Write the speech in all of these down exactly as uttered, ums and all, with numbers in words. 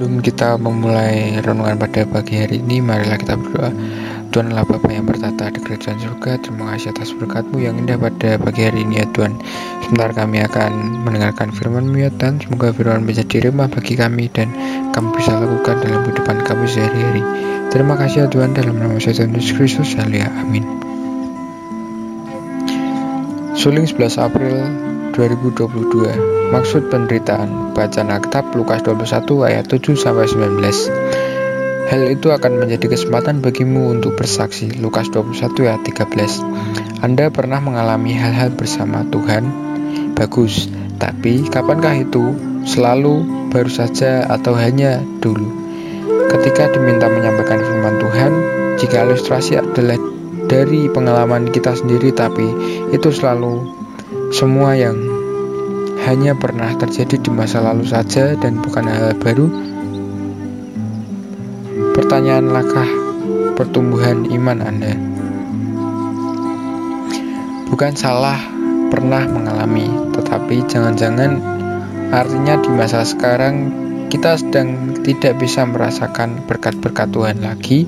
Sebelum kita memulai renungan pada pagi hari ini, marilah kita berdoa. Tuhan Allah Bapa yang bertata di kerajaan surga, terima kasih atas berkat-Mu yang indah pada pagi hari ini ya Tuhan. Sebentar kami akan mendengarkan firman-Mu ya Tuhan. Semoga firman menjadi rhema bagi kami dan kami bisa lakukan dalam kehidupan kami sehari-hari. Terima kasih ya Tuhan, dalam nama Tuhan Yesus Kristus, haleluya, amin. Suling sebelas April dua ribu dua puluh dua. Maksud penderitaan. Bacaan Alkitab Lukas dua puluh satu ayat tujuh sampai sembilan belas. Hal itu akan menjadi kesempatan bagimu untuk bersaksi. Lukas dua puluh satu ayat tiga belas. Anda pernah mengalami hal-hal bersama Tuhan? Bagus. Tapi kapankah itu? Selalu, baru saja, atau hanya dulu? Ketika diminta menyampaikan firman Tuhan, jika ilustrasi adalah dari pengalaman kita sendiri, tapi itu selalu semua yang hanya pernah terjadi di masa lalu saja dan bukan hal baru. Pertanyaan, langkah pertumbuhan iman Anda? Bukan salah pernah mengalami, tetapi jangan-jangan artinya di masa sekarang kita sedang tidak bisa merasakan berkat-berkat Tuhan lagi.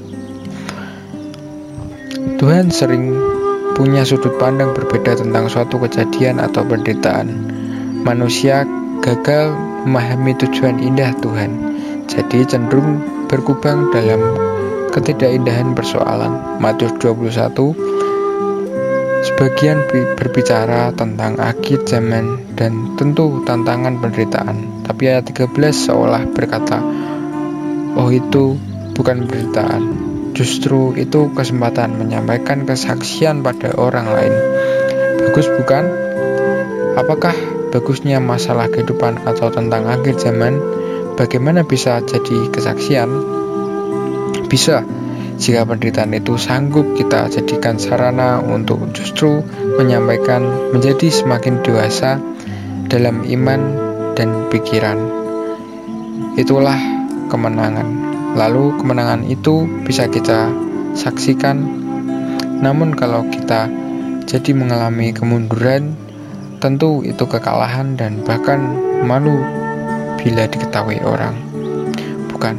Tuhan sering punya sudut pandang berbeda tentang suatu kejadian atau penderitaan. Manusia gagal memahami tujuan indah Tuhan, jadi cenderung berkubang dalam ketidakindahan persoalan. Matius dua puluh satu sebagian berbicara tentang akhir zaman dan tentu tantangan penderitaan, tapi ayat tiga belas seolah berkata, oh itu bukan penderitaan, justru itu kesempatan menyampaikan kesaksian pada orang lain. Bagus bukan? Apakah bagusnya masalah kehidupan atau tentang akhir zaman? Bagaimana bisa jadi kesaksian? Bisa, jika penderitaan itu sanggup kita jadikan sarana untuk justru menyampaikan, menjadi semakin dewasa dalam iman dan pikiran. Itulah kemenangan. Lalu kemenangan itu bisa kita saksikan. Namun kalau kita jadi mengalami kemunduran, tentu itu kekalahan dan bahkan malu bila diketahui orang. Bukan.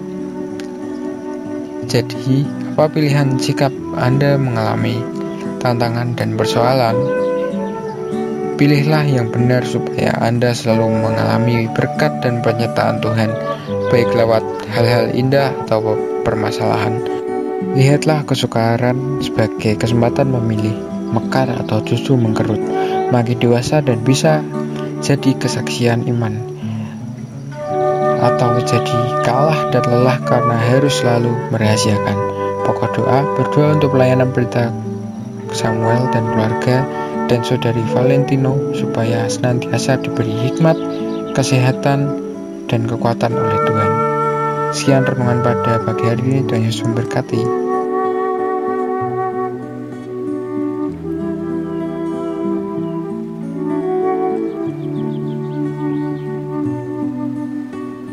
Jadi, apa pilihan sikap Anda mengalami tantangan dan persoalan? Pilihlah yang benar supaya Anda selalu mengalami berkat dan penyertaan Tuhan, baik lewat hal-hal indah atau permasalahan. Lihatlah kesukaran sebagai kesempatan memilih mekar atau justru mengkerut, makin dewasa dan bisa jadi kesaksian iman, atau jadi kalah dan lelah karena harus selalu merahasiakan. Pokok doa, berdoa untuk pelayanan berita Samuel dan keluarga dan saudari Valentino supaya senantiasa diberi hikmat, kesehatan, dan kekuatan oleh Tuhan. Sekian renungan pada pagi hari ini, Tuhan Yesus memberkati.